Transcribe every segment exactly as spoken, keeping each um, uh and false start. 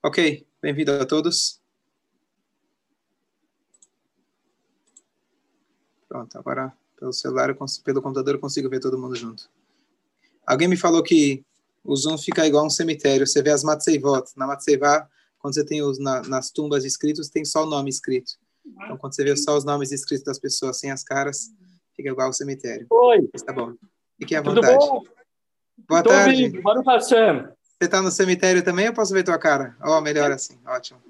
Ok, bem-vindo a todos. Pronto, agora pelo celular, pelo computador eu consigo ver todo mundo junto. Alguém me falou que o Zoom fica igual a um cemitério. Você vê as matzeivot. Na matzeivá, quando você tem os, na, nas tumbas escritos, tem só o nome escrito. Então, quando você vê só os nomes escritos das pessoas sem as caras, fica igual ao cemitério. Oi. Mas tá bom. Fiquem à Tudo vontade. bom? Boa Tô tarde. ouvindo. Baruch Hashem. Você está no cemitério também ou posso ver tua cara? Oh, melhor assim. Ótimo.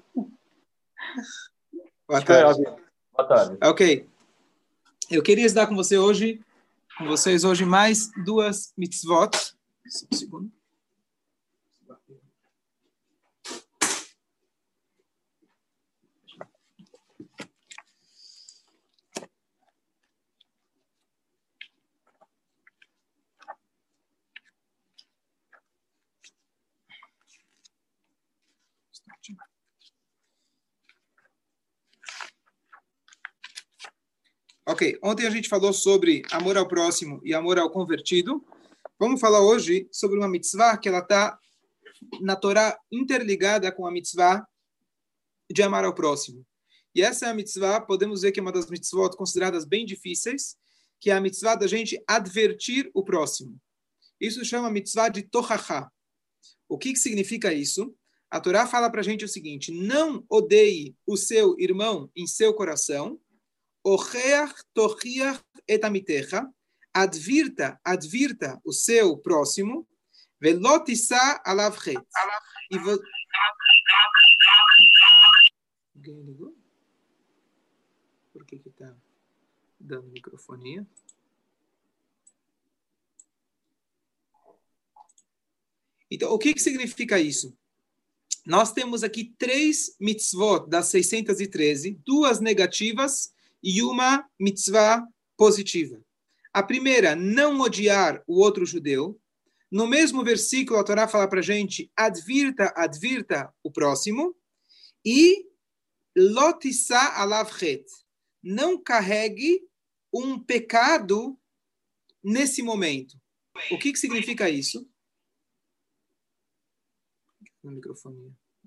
Boa tarde. Boa tarde. Ok. Eu queria estudar com você hoje, com vocês hoje, mais duas mitzvot. Só um segundo. Ok, ontem a gente falou sobre amor ao próximo e amor ao convertido. Vamos falar hoje sobre uma mitzvah que ela está na Torá interligada com a mitzvah de amar ao próximo. E essa é a mitzvah, podemos ver que é uma das mitzvot consideradas bem difíceis, que é a mitzvah da gente advertir o próximo. Isso chama mitzvah de tochachá. O que, que significa isso? A Torá fala para a gente o seguinte: não odeie o seu irmão em seu coração. Ocheach tochiach et amitecha. Advirta, advirta o seu próximo. Velotissa alav chet. E vo... Alguém ligou? Por que que tá dando microfonia? Então, o que que significa isso? Nós temos aqui três mitzvot das seiscentos e treze, duas negativas e uma mitzvah positiva. A primeira, não odiar o outro judeu. No mesmo versículo, a Torá fala para a gente, advirta, advirta o próximo. E lotissa alav chet. Não carregue um pecado nesse momento. O que, que significa isso? No microfone.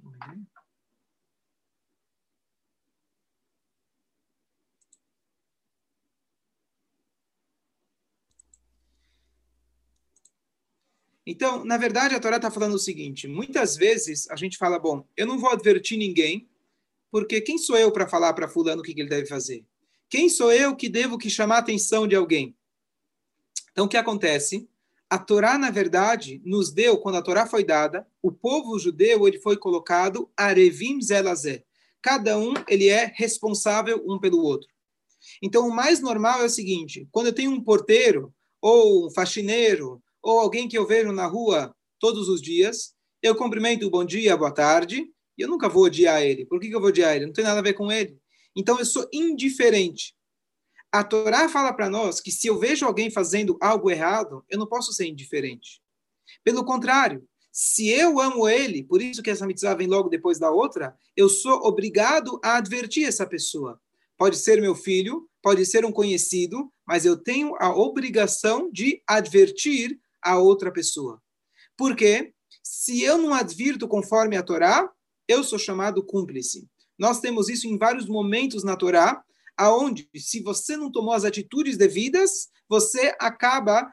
Então, na verdade, a Torá está falando o seguinte: muitas vezes a gente fala, bom, eu não vou advertir ninguém, porque quem sou eu para falar para fulano o que ele deve fazer? Quem sou eu que devo que chamar a atenção de alguém? Então, o que acontece? A Torá, na verdade, nos deu, quando a Torá foi dada, o povo judeu ele foi colocado arevim zelazé. Cada um ele é responsável um pelo outro. Então, o mais normal é o seguinte: quando eu tenho um porteiro, ou um faxineiro, ou alguém que eu vejo na rua todos os dias, eu cumprimento bom dia, boa tarde, e eu nunca vou odiar ele. Por que, que eu vou odiar ele? Não tem nada a ver com ele. Então, eu sou indiferente. A Torá fala para nós que se eu vejo alguém fazendo algo errado, eu não posso ser indiferente. Pelo contrário, se eu amo ele, por isso que essa mitzvah vem logo depois da outra, eu sou obrigado a advertir essa pessoa. Pode ser meu filho, pode ser um conhecido, mas eu tenho a obrigação de advertir a outra pessoa. Por quê? Se eu não advirto conforme a Torá, eu sou chamado cúmplice. Nós temos isso em vários momentos na Torá, aonde, se você não tomou as atitudes devidas, você acaba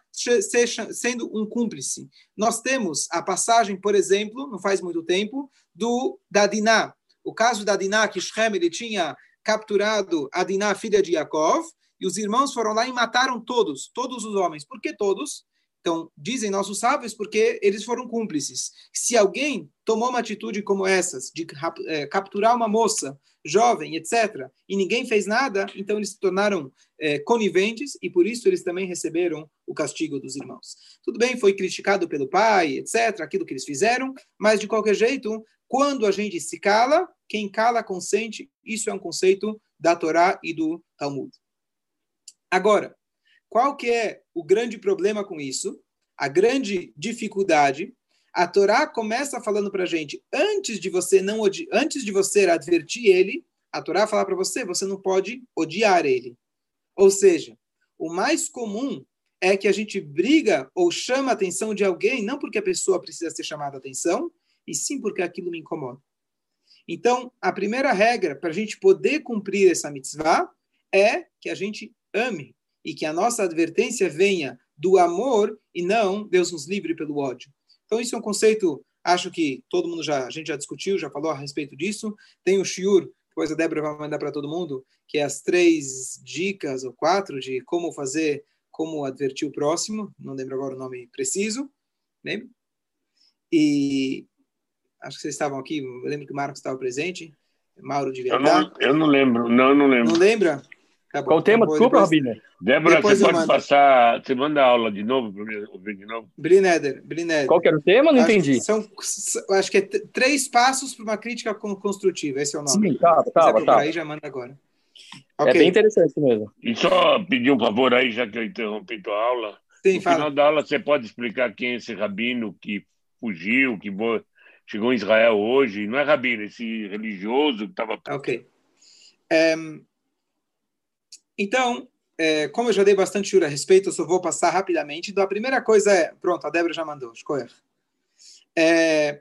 sendo um cúmplice. Nós temos a passagem, por exemplo, não faz muito tempo, do, da Diná. O caso da Diná, que Shem ele tinha capturado a Diná, filha de Yaakov, e os irmãos foram lá e mataram todos, todos os homens. Por que todos? Então, dizem nossos sábios, porque eles foram cúmplices. Se alguém tomou uma atitude como essas, de é, capturar uma moça jovem, etcétera, e ninguém fez nada, então eles se tornaram é, coniventes, e por isso eles também receberam o castigo dos irmãos. Tudo bem, foi criticado pelo pai, etcétera, aquilo que eles fizeram, mas de qualquer jeito, quando a gente se cala, quem cala consente, isso é um conceito da Torá e do Talmud. Agora, qual que é o grande problema com isso? A grande dificuldade? A Torá começa falando para a gente, antes de você não odi- antes de você advertir ele, a Torá fala para você, você não pode odiar ele. Ou seja, o mais comum é que a gente briga ou chama a atenção de alguém, não porque a pessoa precisa ser chamada a atenção, e sim porque aquilo me incomoda. Então, a primeira regra para a gente poder cumprir essa mitzvah é que a gente ame e que a nossa advertência venha do amor e não Deus nos livre pelo ódio. Então, isso é um conceito, acho que todo mundo já, a gente já discutiu, já falou a respeito disso. Tem o shiur, depois a Débora vai mandar para todo mundo, que é as três dicas ou quatro de como fazer, como advertir o próximo. Não lembro agora o nome preciso. Lembra? E acho que vocês estavam aqui, eu lembro que o Marcos estava presente, Mauro devia Eu não, estar. eu não lembro, não, eu não lembro. Não lembra? Tá bom. Qual o tema? Então, Desculpa, depois, Rabino. Débora, depois você eu pode mando. passar, você manda a aula de novo para mim ouvir de novo? Blineder, Blineder. Qual que era o tema? Não Acho que entendi. São, acho que é t- três passos para uma crítica con- construtiva, esse é o nome. Sim, tava, Se quiser tava, procurar tava. aí, já manda agora. É Ok. bem interessante mesmo. E só pedir um favor aí, já que eu interrompi tua aula. Sim, No fala. final da aula, você pode explicar quem é esse rabino que fugiu, que vo- chegou em Israel hoje? Não é rabino, esse religioso que estava... Ok. Em, então, é, como eu já dei bastante jura a respeito, eu só vou passar rapidamente. Então, a primeira coisa é... Pronto, a Débora já mandou. Escolher. É,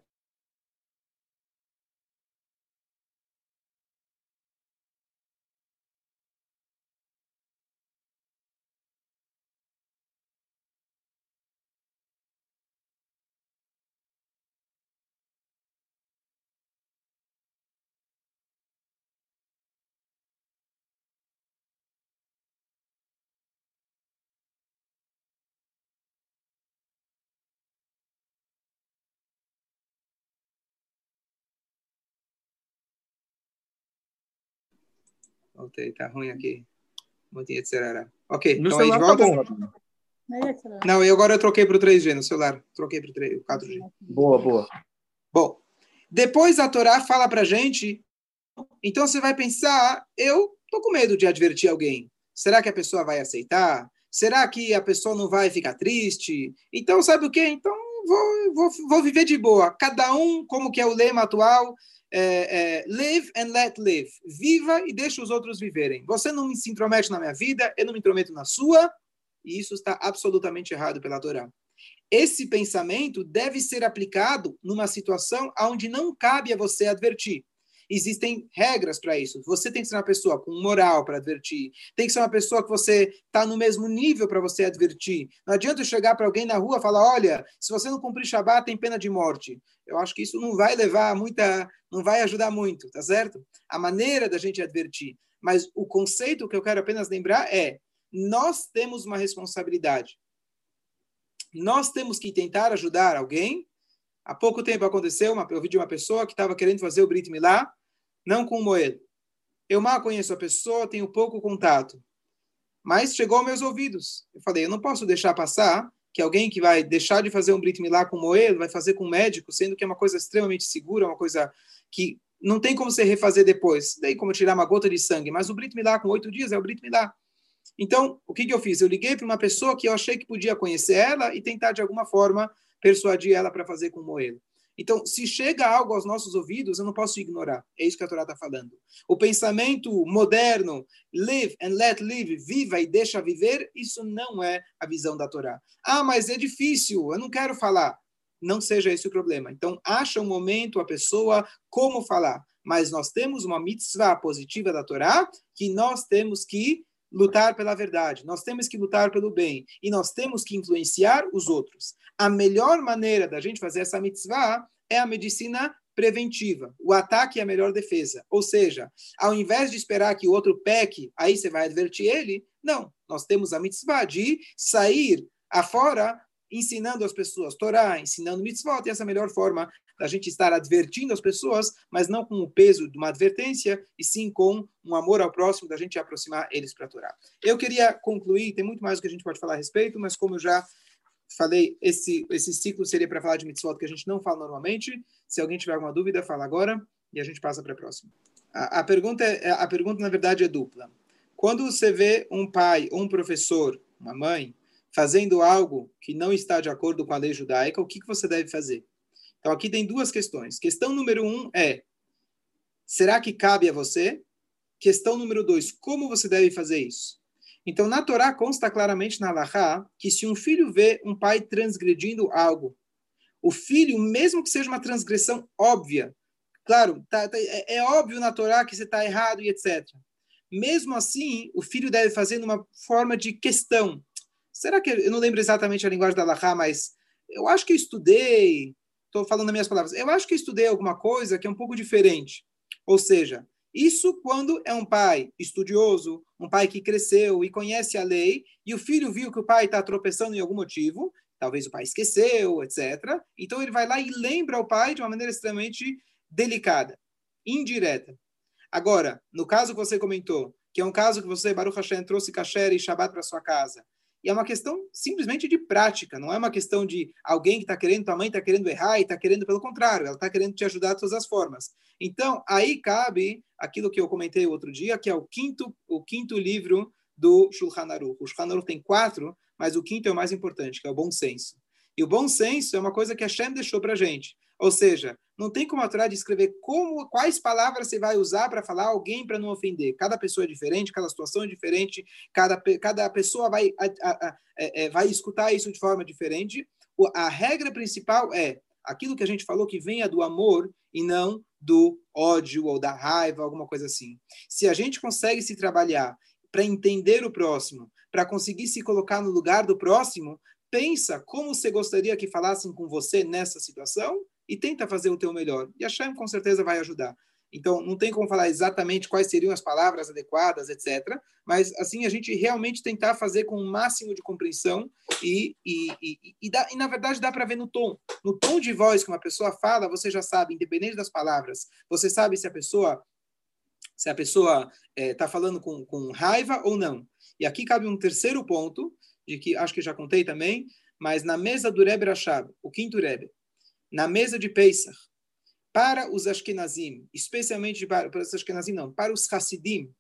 voltei, tá ruim aqui. Botei etc. Ok, No então aí de celular tá volta. bom, Rabino. Não, e agora eu troquei para o três G no celular. Troquei para o quatro G. Boa, boa. Bom, depois a Torá fala para a gente, então você vai pensar, eu tô com medo de advertir alguém. Será que a pessoa vai aceitar? Será que a pessoa não vai ficar triste? Então, sabe o quê? Então, vou, vou, vou viver de boa. Cada um, como que é o lema atual, é, é, live and let live. Viva e deixa os outros viverem. Você não se intromete na minha vida, eu não me intrometo na sua, e isso está absolutamente errado pela Torá. Esse pensamento deve ser aplicado numa situação onde não cabe a você advertir. Existem regras para isso. Você tem que ser uma pessoa com moral para advertir. Tem que ser uma pessoa que você está no mesmo nível para você advertir. Não adianta eu chegar para alguém na rua e falar, olha, se você não cumprir Shabat, tem pena de morte. Eu acho que isso não vai levar muita, não vai ajudar muito, tá certo? A maneira da gente advertir. Mas o conceito que eu quero apenas lembrar é, nós temos uma responsabilidade. Nós temos que tentar ajudar alguém. Há pouco tempo aconteceu, uma, eu vi de uma pessoa que estava querendo fazer o Brit Milá, não com o Moed. Eu mal conheço a pessoa, tenho pouco contato. Mas chegou aos meus ouvidos. Eu falei, eu não posso deixar passar que alguém que vai deixar de fazer um Brit Milá com o Moed, vai fazer com o médico, sendo que é uma coisa extremamente segura, uma coisa que não tem como você refazer depois. Daí como tirar uma gota de sangue. Mas o Brit Milá com oito dias é o Brit Milá. Então, o que, que eu fiz? Eu liguei para uma pessoa que eu achei que podia conhecer ela e tentar, de alguma forma, persuadir ela para fazer com o Moed. Então, se chega algo aos nossos ouvidos, eu não posso ignorar. É isso que a Torá está falando. O pensamento moderno, live and let live, viva e deixa viver, isso não é a visão da Torá. Ah, mas é difícil, eu não quero falar. Não seja esse o problema. Então, acha um momento, a pessoa, como falar. Mas nós temos uma mitzvah positiva da Torá, que nós temos que lutar pela verdade, nós temos que lutar pelo bem, e nós temos que influenciar os outros. A melhor maneira da gente fazer essa mitzvah é a medicina preventiva. O ataque é a melhor defesa. Ou seja, ao invés de esperar que o outro peque, aí você vai advertir ele, não. Nós temos a mitzvah de sair afora ensinando as pessoas Torá, ensinando mitzvot, e essa é a melhor forma da gente estar advertindo as pessoas, mas não com o peso de uma advertência, e sim com um amor ao próximo, da gente aproximar eles para a Torá. Eu queria concluir, tem muito mais o que a gente pode falar a respeito, mas como eu já falei, esse, esse ciclo seria para falar de mitzvot que a gente não fala normalmente. Se alguém tiver alguma dúvida, fala agora, e a gente passa para a próxima. A, a, pergunta é, a pergunta, na verdade, é dupla. Quando você vê um pai, ou um professor, uma mãe, fazendo algo que não está de acordo com a lei judaica, o que, que você deve fazer? Então, aqui tem duas questões. Questão número um é, será que cabe a você? Questão número dois, como você deve fazer isso? Então, na Torá consta claramente na Halachá que se um filho vê um pai transgredindo algo, o filho, mesmo que seja uma transgressão óbvia, Claro, tá, tá, é, é óbvio na Torá que você está errado e etcétera. Mesmo assim, o filho deve fazer numa forma de questão. Será que, eu não lembro exatamente a linguagem da Halakha, mas eu acho que eu estudei, estou falando nas minhas palavras, eu acho que eu estudei alguma coisa que é um pouco diferente. Ou seja, isso quando é um pai estudioso, um pai que cresceu e conhece a lei, e o filho viu que o pai está tropeçando em algum motivo, talvez o pai esqueceu, etcétera. Então ele vai lá e lembra o pai de uma maneira extremamente delicada, indireta. Agora, no caso que você comentou, que é um caso que você, Baruch Hashem, trouxe kasher e Shabbat para sua casa, e é uma questão simplesmente de prática, não é uma questão de alguém que está querendo, tua mãe está querendo errar e está querendo pelo contrário, ela está querendo te ajudar de todas as formas. Então, aí cabe aquilo que eu comentei outro dia, que é o quinto, o quinto livro do Shulchan Aruch. O Shulchan Aruch tem quatro, mas o quinto é o mais importante, que é o bom senso. E o bom senso é uma coisa que a Hashem deixou para a gente. Ou seja, não tem como a Torá descrever como, quais palavras você vai usar para falar alguém para não ofender. Cada pessoa é diferente, cada situação é diferente, cada, cada pessoa vai, a, a, a, é, vai escutar isso de forma diferente. A regra principal é aquilo que a gente falou que venha do amor e não do ódio ou da raiva, alguma coisa assim. Se a gente consegue se trabalhar para entender o próximo, para conseguir se colocar no lugar do próximo, pensa como você gostaria que falassem com você nessa situação e tenta fazer o teu melhor. E a Hashem com certeza vai ajudar. Então, não tem como falar exatamente quais seriam as palavras adequadas, etcétera. Mas, assim, a gente realmente tentar fazer com o máximo de compreensão e, e, e, e, dá, e na verdade, dá para ver no tom. No tom de voz que uma pessoa fala, você já sabe, independente das palavras, você sabe se a pessoa se a pessoa está é, falando com, com raiva ou não. E aqui cabe um terceiro ponto, de que acho que já contei também, mas na mesa do Rebbe Rashab, o quinto Rebbe, na mesa de Pesach, para os Ashkenazim, especialmente para, para os Ashkenazim não, para os Hassidim,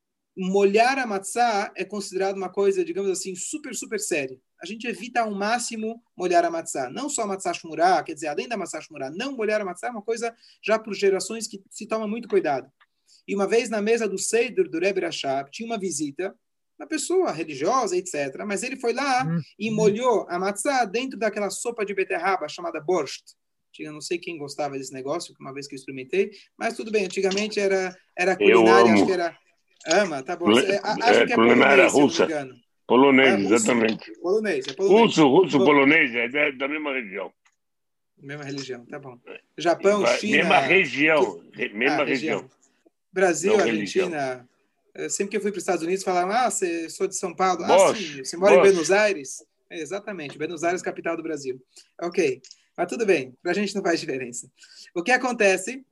molhar a matzá é considerado uma coisa, digamos assim, super, super séria. A gente evita ao máximo molhar a matzá. Não só a matzá shmurá, quer dizer, além da matzá shmurá, não molhar a matzá é uma coisa já por gerações que se toma muito cuidado. E uma vez na mesa do Seder do Rebbe Rashab, tinha uma visita, uma pessoa religiosa, etcétera. Mas ele foi lá hum, e molhou a matzá dentro daquela sopa de beterraba chamada borscht. Eu não sei quem gostava desse negócio, uma vez que eu experimentei, mas tudo bem, antigamente era, era culinária, acho que era... Ama, tá bom. É, acho que é culinária polonês, russa. se eu não me engano. Polonês, Ah, exatamente. Polonês, é polonês. Russo, russo, Bom, polonês, é da mesma região. Mesma religião, tá bom. Japão, China... Mesma região, tudo... mesma ah, região. região. Brasil, não, Argentina... Religião. Sempre que eu fui para os Estados Unidos, falaram, ah, você sou de São Paulo. Bosch, ah, sim, você mora Bosch. em Buenos Aires? É, exatamente, Buenos Aires, capital do Brasil. Ok, mas tudo bem, para a gente não faz diferença. O que acontece,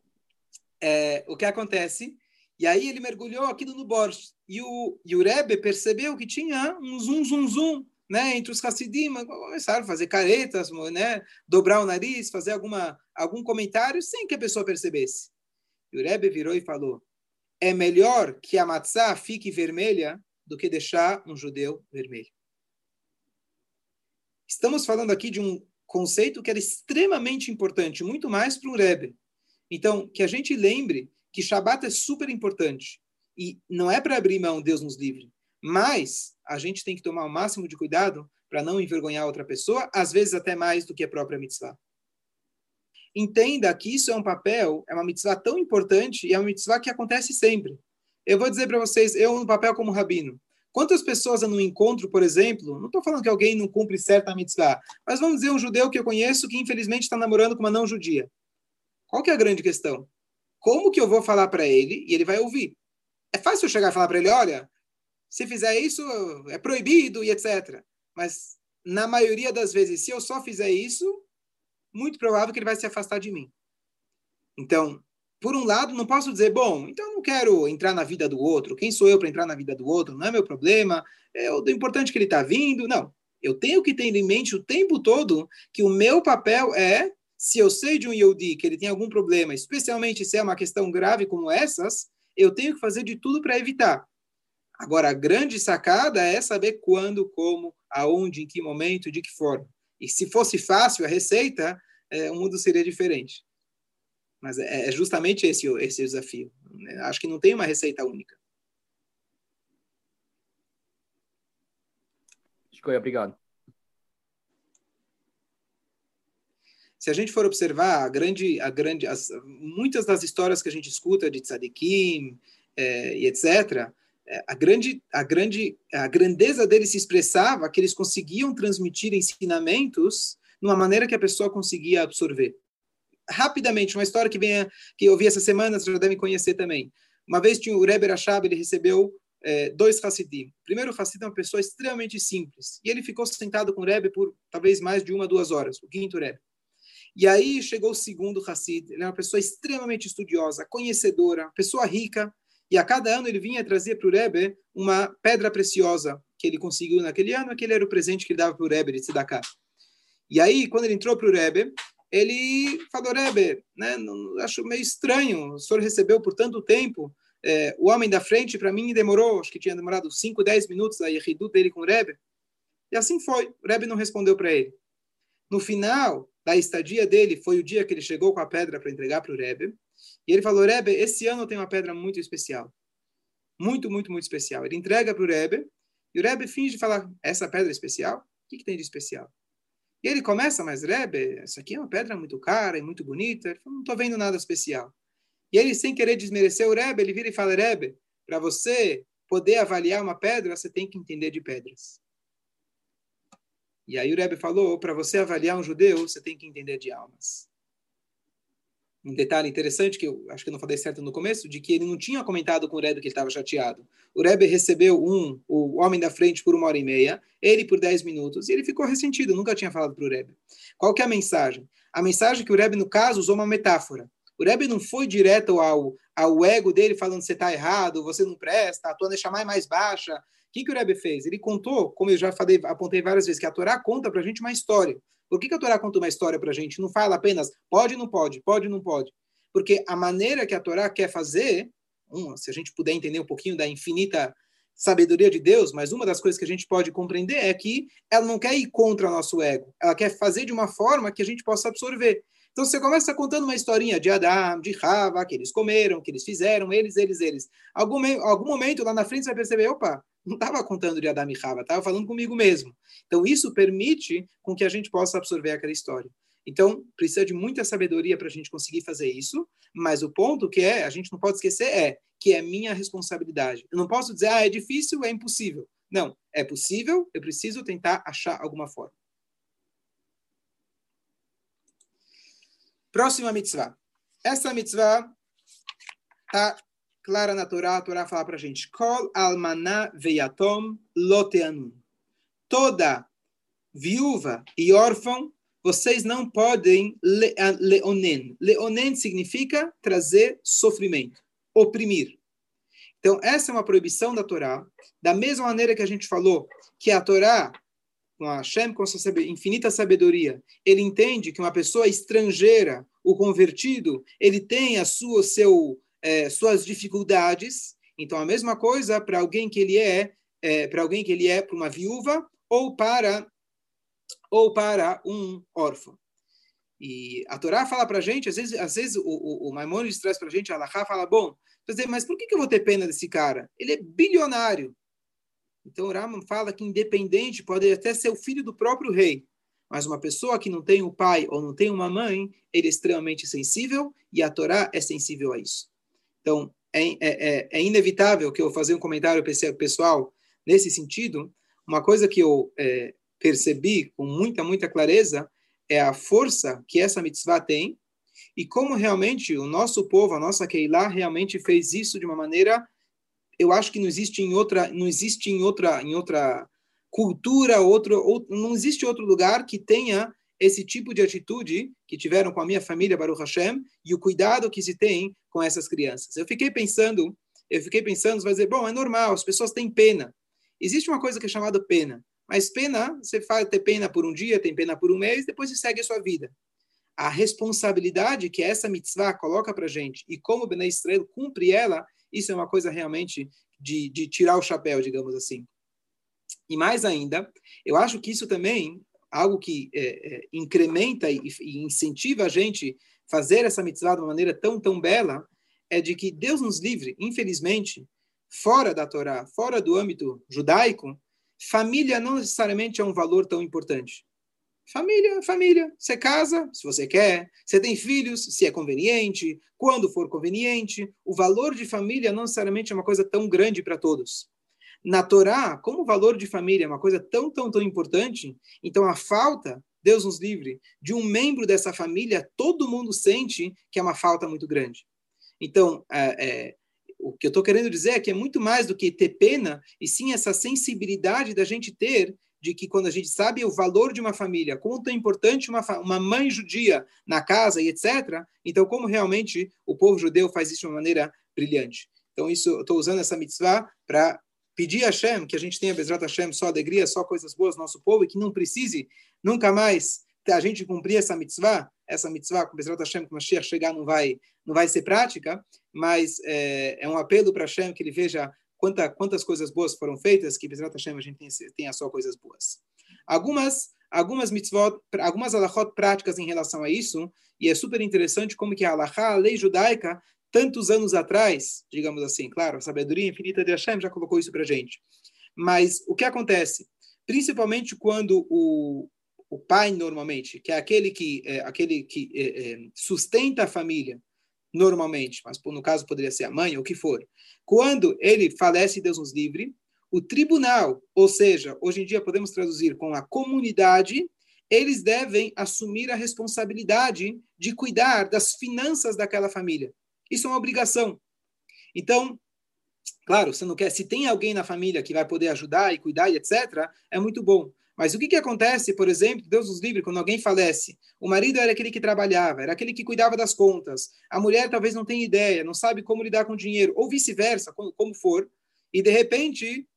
é, o que acontece, e aí ele mergulhou aquilo no Borscht, e o, e o Rebbe percebeu que tinha um zum, zum, zum, né, entre os Hassidim, começaram a fazer caretas, né, dobrar o nariz, fazer alguma, algum comentário, sem que a pessoa percebesse. E o Rebbe virou e falou, é melhor que a matzá fique vermelha do que deixar um judeu vermelho. Estamos falando aqui de um conceito que era extremamente importante, muito mais para um Rebbe. Então, que a gente lembre que Shabat é super importante. E não é para abrir mão, Deus nos livre. Mas a gente tem que tomar o máximo de cuidado para não envergonhar outra pessoa, às vezes até mais do que a própria mitzvah. Entenda que isso é um papel, é uma mitzvah tão importante e é uma mitzvah que acontece sempre. Eu vou dizer para vocês, eu no papel como rabino, quantas pessoas eu não encontro, por exemplo, não estou falando que alguém não cumpre certa mitzvah, mas vamos dizer um judeu que eu conheço que infelizmente está namorando com uma não judia. Qual que é a grande questão? Como que eu vou falar para ele e ele vai ouvir? É fácil eu chegar e falar para ele, olha, se fizer isso é proibido e etcétera. Mas na maioria das vezes, se eu só fizer isso, muito provável que ele vai se afastar de mim. Então, por um lado, não posso dizer, bom, então eu não quero entrar na vida do outro. Quem sou eu para entrar na vida do outro? Não é meu problema. É o importante que ele está vindo. Não. Eu tenho que ter em mente o tempo todo que o meu papel é, se eu sei de um Yehudi que ele tem algum problema, especialmente se é uma questão grave como essas, eu tenho que fazer de tudo para evitar. Agora, a grande sacada é saber quando, como, aonde, em que momento, de que forma. E se fosse fácil a receita, é, o mundo seria diferente. Mas é, é justamente esse, esse o desafio. Acho que não tem uma receita única. Escolha, obrigado. se a gente for observar a grande, a grande, as, muitas das histórias que a gente escuta de tzadikim é, e etcétera, é, a grande, a grande, a grandeza deles se expressava que eles conseguiam transmitir ensinamentos de uma maneira que a pessoa conseguia absorver. Rapidamente, uma história que, vem, que eu vi essa semana, vocês já devem conhecer também. Uma vez tinha o Rebbe Rashab, ele recebeu é, dois Hassidim. O primeiro Hassid é uma pessoa extremamente simples, e ele ficou sentado com o Rebbe por talvez mais de uma, duas horas, o quinto Rebbe. E aí chegou o segundo Hassid, ele é uma pessoa extremamente estudiosa, conhecedora, pessoa rica, e a cada ano ele vinha trazer para o Rebbe uma pedra preciosa que ele conseguiu naquele ano, aquele era o presente que ele dava para o Rebbe de Tzedakah. E aí, quando ele entrou para o Rebbe, ele falou, Rebbe, né, não, acho meio estranho, o senhor recebeu por tanto tempo, é, o homem da frente, para mim, demorou, acho que tinha demorado cinco, dez minutos a yehidut dele com o Rebbe. E assim foi, o Rebbe não respondeu para ele. No final da estadia dele, foi o dia que ele chegou com a pedra para entregar para o Rebbe, e ele falou, Rebbe, esse ano tem uma pedra muito especial. Muito, muito, muito especial. Ele entrega para o Rebbe, e o Rebbe finge falar, essa pedra é especial? O que, que tem de especial? E ele começa, mas Rebbe, essa aqui é uma pedra muito cara e muito bonita. Ele fala, não estou vendo nada especial. E ele, sem querer desmerecer o Rebbe, ele vira e fala, Rebbe, para você poder avaliar uma pedra, você tem que entender de pedras. E aí o Rebbe falou, para você avaliar um judeu, você tem que entender de almas. Um detalhe interessante, que eu acho que eu não falei certo no começo, de que ele não tinha comentado com o Rebbe que ele estava chateado. O Rebbe recebeu um, o homem da frente por uma hora e meia, ele por dez minutos, e ele ficou ressentido, nunca tinha falado para o Rebbe. Qual que é a mensagem? A mensagem é que o Rebbe, no caso, usou uma metáfora. O Rebbe não foi direto ao, ao ego dele, falando que você está errado, você não presta, a tua Neshama é mais baixa. O que, que o Rebbe fez? Ele contou, como eu já falei, apontei várias vezes, que a Torá conta para a gente uma história. Por que, que a Torá conta uma história para a gente? Não fala apenas pode, não pode, pode, não pode. Porque a maneira que a Torá quer fazer, uma, se a gente puder entender um pouquinho da infinita sabedoria de Deus, mas uma das coisas que a gente pode compreender é que ela não quer ir contra o nosso ego. Ela quer fazer de uma forma que a gente possa absorver. Então você começa contando uma historinha de Adam, de Rava, que eles comeram, que eles fizeram, eles, eles, eles. Algum, algum momento lá na frente você vai perceber, opa, não estava contando de Adam e Rava, estava falando comigo mesmo. Então isso permite com que a gente possa absorver aquela história. Então precisa de muita sabedoria para a gente conseguir fazer isso, mas o ponto que é, a gente não pode esquecer é que é minha responsabilidade. Eu não posso dizer, ah, é difícil, é impossível. Não, é possível, eu preciso tentar achar alguma forma. Próxima mitzvah. Essa mitzvah está clara na Torá. A Torá fala para a gente, Kol almaná veyatom loteanun. Toda viúva e órfão, vocês não podem le, leonen. Leonen significa trazer sofrimento, oprimir. Então, essa é uma proibição da Torá. Da mesma maneira que a gente falou que a Torá, com a Hashem, com a sua infinita sabedoria, ele entende que uma pessoa estrangeira, o convertido, ele tem a sua, seu, é, suas dificuldades. Então, a mesma coisa para alguém que ele é, é para alguém que ele é para uma viúva ou para ou para um órfão. E a Torá fala para a gente, às vezes, às vezes o, o, o Maimônides traz para a gente, a Halachá fala, bom, dizer, mas por que, que eu vou ter pena desse cara? Ele é bilionário. Então, o Rambam fala que independente, pode até ser o filho do próprio rei, mas uma pessoa que não tem um pai ou não tem uma mãe, ele é extremamente sensível e a Torá é sensível a isso. Então, é, é, é inevitável que eu fazer um comentário pessoal nesse sentido. Uma coisa que eu é, percebi com muita, muita clareza é a força que essa mitzvah tem e como realmente o nosso povo, a nossa Keilah, realmente fez isso de uma maneira... Eu acho que não existe em outra, não existe em outra, em outra cultura, outro, outro, não existe outro lugar que tenha esse tipo de atitude que tiveram com a minha família, Baruch Hashem, e o cuidado que se tem com essas crianças. Eu fiquei pensando, eu fiquei pensando, você vai dizer, bom, é normal, as pessoas têm pena. Existe uma coisa que é chamada pena, mas pena, você faz ter pena por um dia, tem pena por um mês, depois você segue a sua vida. A responsabilidade que essa mitzvah coloca para a gente e como o Bnei Israel cumpre ela, isso é uma coisa realmente de, de tirar o chapéu, digamos assim. E mais ainda, eu acho que isso também, algo que é, é, incrementa e, e incentiva a gente a fazer essa mitzvah de uma maneira tão, tão bela, é de que Deus nos livre, infelizmente, fora da Torá, fora do âmbito judaico, família não necessariamente é um valor tão importante. Família, família. Você casa, se você quer. Você tem filhos, se é conveniente. Quando for conveniente. O valor de família não necessariamente é uma coisa tão grande para todos. Na Torá, como o valor de família é uma coisa tão, tão, tão importante, então a falta, Deus nos livre, de um membro dessa família, todo mundo sente que é uma falta muito grande. Então, é, é, o que eu estou querendo dizer é que é muito mais do que ter pena, e sim essa sensibilidade da gente ter, de que quando a gente sabe o valor de uma família, quanto é importante uma, uma mãe judia na casa e etcétera, então como realmente o povo judeu faz isso de uma maneira brilhante. Então, isso, eu estou usando essa mitzvah para pedir a Hashem que a gente tenha, Bezrat Hashem, só alegria, só coisas boas no nosso povo, e que não precise nunca mais a gente cumprir essa mitzvah, essa mitzvah com Bezrat Hashem, que o Mashiach chegar não vai, não vai ser prática, mas é, é um apelo para Hashem que ele veja Quanta, quantas coisas boas foram feitas, que Bezrat Hashem a gente tenha, tenha só coisas boas. Algumas, algumas mitzvot, algumas halachot práticas em relação a isso, e é super interessante como que a halachá, a lei judaica, tantos anos atrás, digamos assim, claro, a sabedoria infinita de Hashem já colocou isso para a gente. Mas o que acontece? Principalmente quando o, o pai, normalmente, que é aquele que, é, aquele que é, é, sustenta a família, normalmente, mas no caso poderia ser a mãe ou o que for. Quando ele falece, Deus nos livre, o tribunal, ou seja, hoje em dia podemos traduzir com a comunidade, eles devem assumir a responsabilidade de cuidar das finanças daquela família. Isso é uma obrigação. Então, claro, você não quer, se tem alguém na família que vai poder ajudar e cuidar e etcétera, é muito bom. Mas o que, que acontece, por exemplo, Deus nos livre, quando alguém falece? O marido era aquele que trabalhava, era aquele que cuidava das contas. A mulher talvez não tenha ideia, não sabe como lidar com o dinheiro, ou vice-versa, como, como for. E, de repente,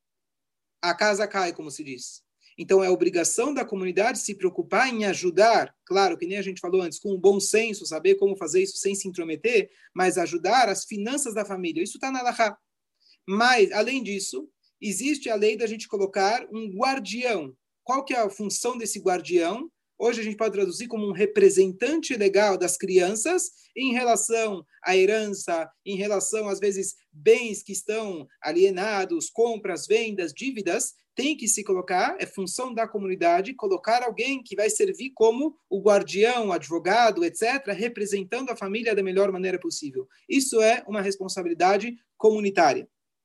a casa cai, como se diz. Então, é obrigação da comunidade se preocupar em ajudar, claro, que nem a gente falou antes, com um bom senso, saber como fazer isso sem se intrometer, mas ajudar as finanças da família. Isso está na Halachá. Mas, além disso, existe a lei da gente colocar um guardião. Qual que é a função desse guardião? Hoje a gente pode traduzir como um representante legal das crianças em relação à herança, em relação, às vezes, bens que estão alienados, compras, vendas, dívidas. Tem que se colocar, é função da comunidade, colocar alguém que vai servir como o guardião, advogado, etcétera, representando a família da melhor maneira possível. Isso é uma responsabilidade comunitária.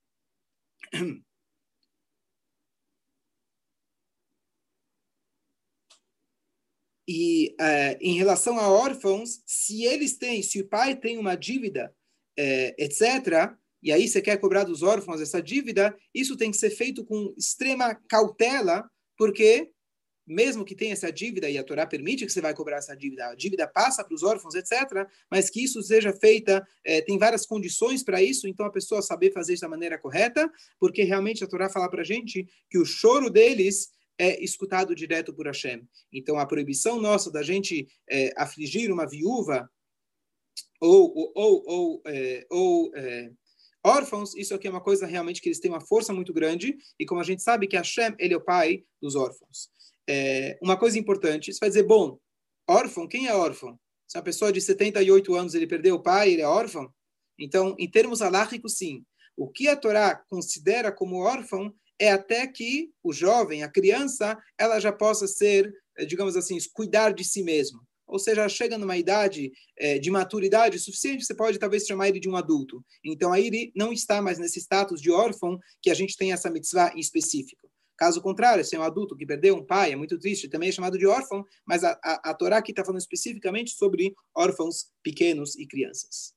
E uh, em relação a órfãos, se eles têm, se o pai tem uma dívida, uh, etcétera, e aí você quer cobrar dos órfãos essa dívida, isso tem que ser feito com extrema cautela, porque mesmo que tenha essa dívida, e a Torá permite que você vai cobrar essa dívida, a dívida passa para os órfãos, etcétera, mas que isso seja feita, eh, tem várias condições para isso, então a pessoa saber fazer isso da maneira correta, porque realmente a Torá fala para a gente que o choro deles é escutado direto por Hashem. Então a proibição nossa da gente eh, afligir uma viúva ou, ou, ou, ou, eh, ou eh, órfãos, isso aqui é uma coisa realmente que eles têm uma força muito grande, e como a gente sabe que Hashem, ele é o pai dos órfãos. É, uma coisa importante, você vai dizer, bom, órfão, quem é órfão? Se uma pessoa de setenta e oito anos, ele perdeu o pai, ele é órfão? Então, em termos halachicos, sim. O que a Torá considera como órfão é até que o jovem, a criança, ela já possa ser, digamos assim, cuidar de si mesmo. Ou seja, chega numa idade é, de maturidade suficiente, você pode talvez chamar ele de um adulto. Então, aí ele não está mais nesse status de órfão que a gente tem essa mitzvah em específico. Caso contrário, se é um adulto que perdeu um pai, é muito triste, também é chamado de órfão, mas a, a, a Torá aqui está falando especificamente sobre órfãos pequenos e crianças.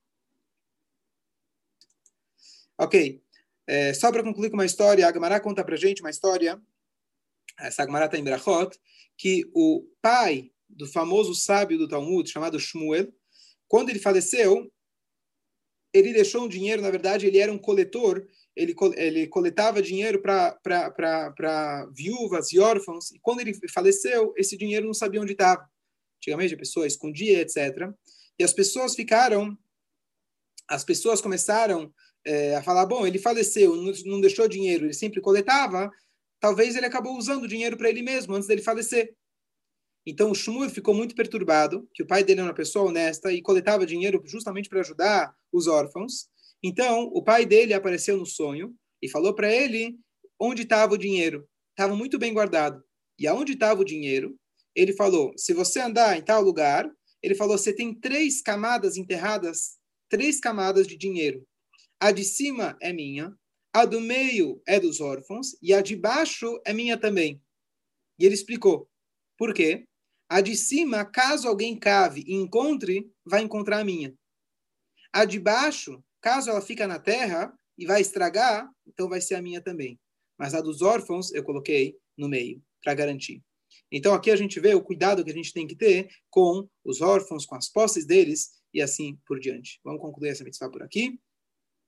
Ok. É, só para concluir com uma história, a Gemara conta para a gente uma história, essa Gemara está em Berachot, que o pai do famoso sábio do Talmud, chamado Shmuel, quando ele faleceu, ele deixou um dinheiro, na verdade, ele era um coletor, ele, ele coletava dinheiro para viúvas e órfãos, e quando ele faleceu, esse dinheiro não sabia onde estava. Antigamente a pessoa escondia, etcétera. E as pessoas ficaram, as pessoas começaram é, a falar, bom, ele faleceu, não, não deixou dinheiro, ele sempre coletava, talvez ele acabou usando o dinheiro para ele mesmo, antes dele falecer. Então o Shmuel ficou muito perturbado, que o pai dele era uma pessoa honesta e coletava dinheiro justamente para ajudar os órfãos. Então o pai dele apareceu no sonho e falou para ele onde estava o dinheiro. Estava muito bem guardado. E aonde estava o dinheiro? Ele falou, se você andar em tal lugar, ele falou, você tem três camadas enterradas, três camadas de dinheiro. A de cima é minha, a do meio é dos órfãos e a de baixo é minha também. E ele explicou. Por quê? A de cima, caso alguém cave e encontre, vai encontrar a minha. A de baixo, caso ela fica na terra e vai estragar, então vai ser a minha também. Mas a dos órfãos eu coloquei no meio, para garantir. Então aqui a gente vê o cuidado que a gente tem que ter com os órfãos, com as posses deles e assim por diante. Vamos concluir essa mitzvah por aqui.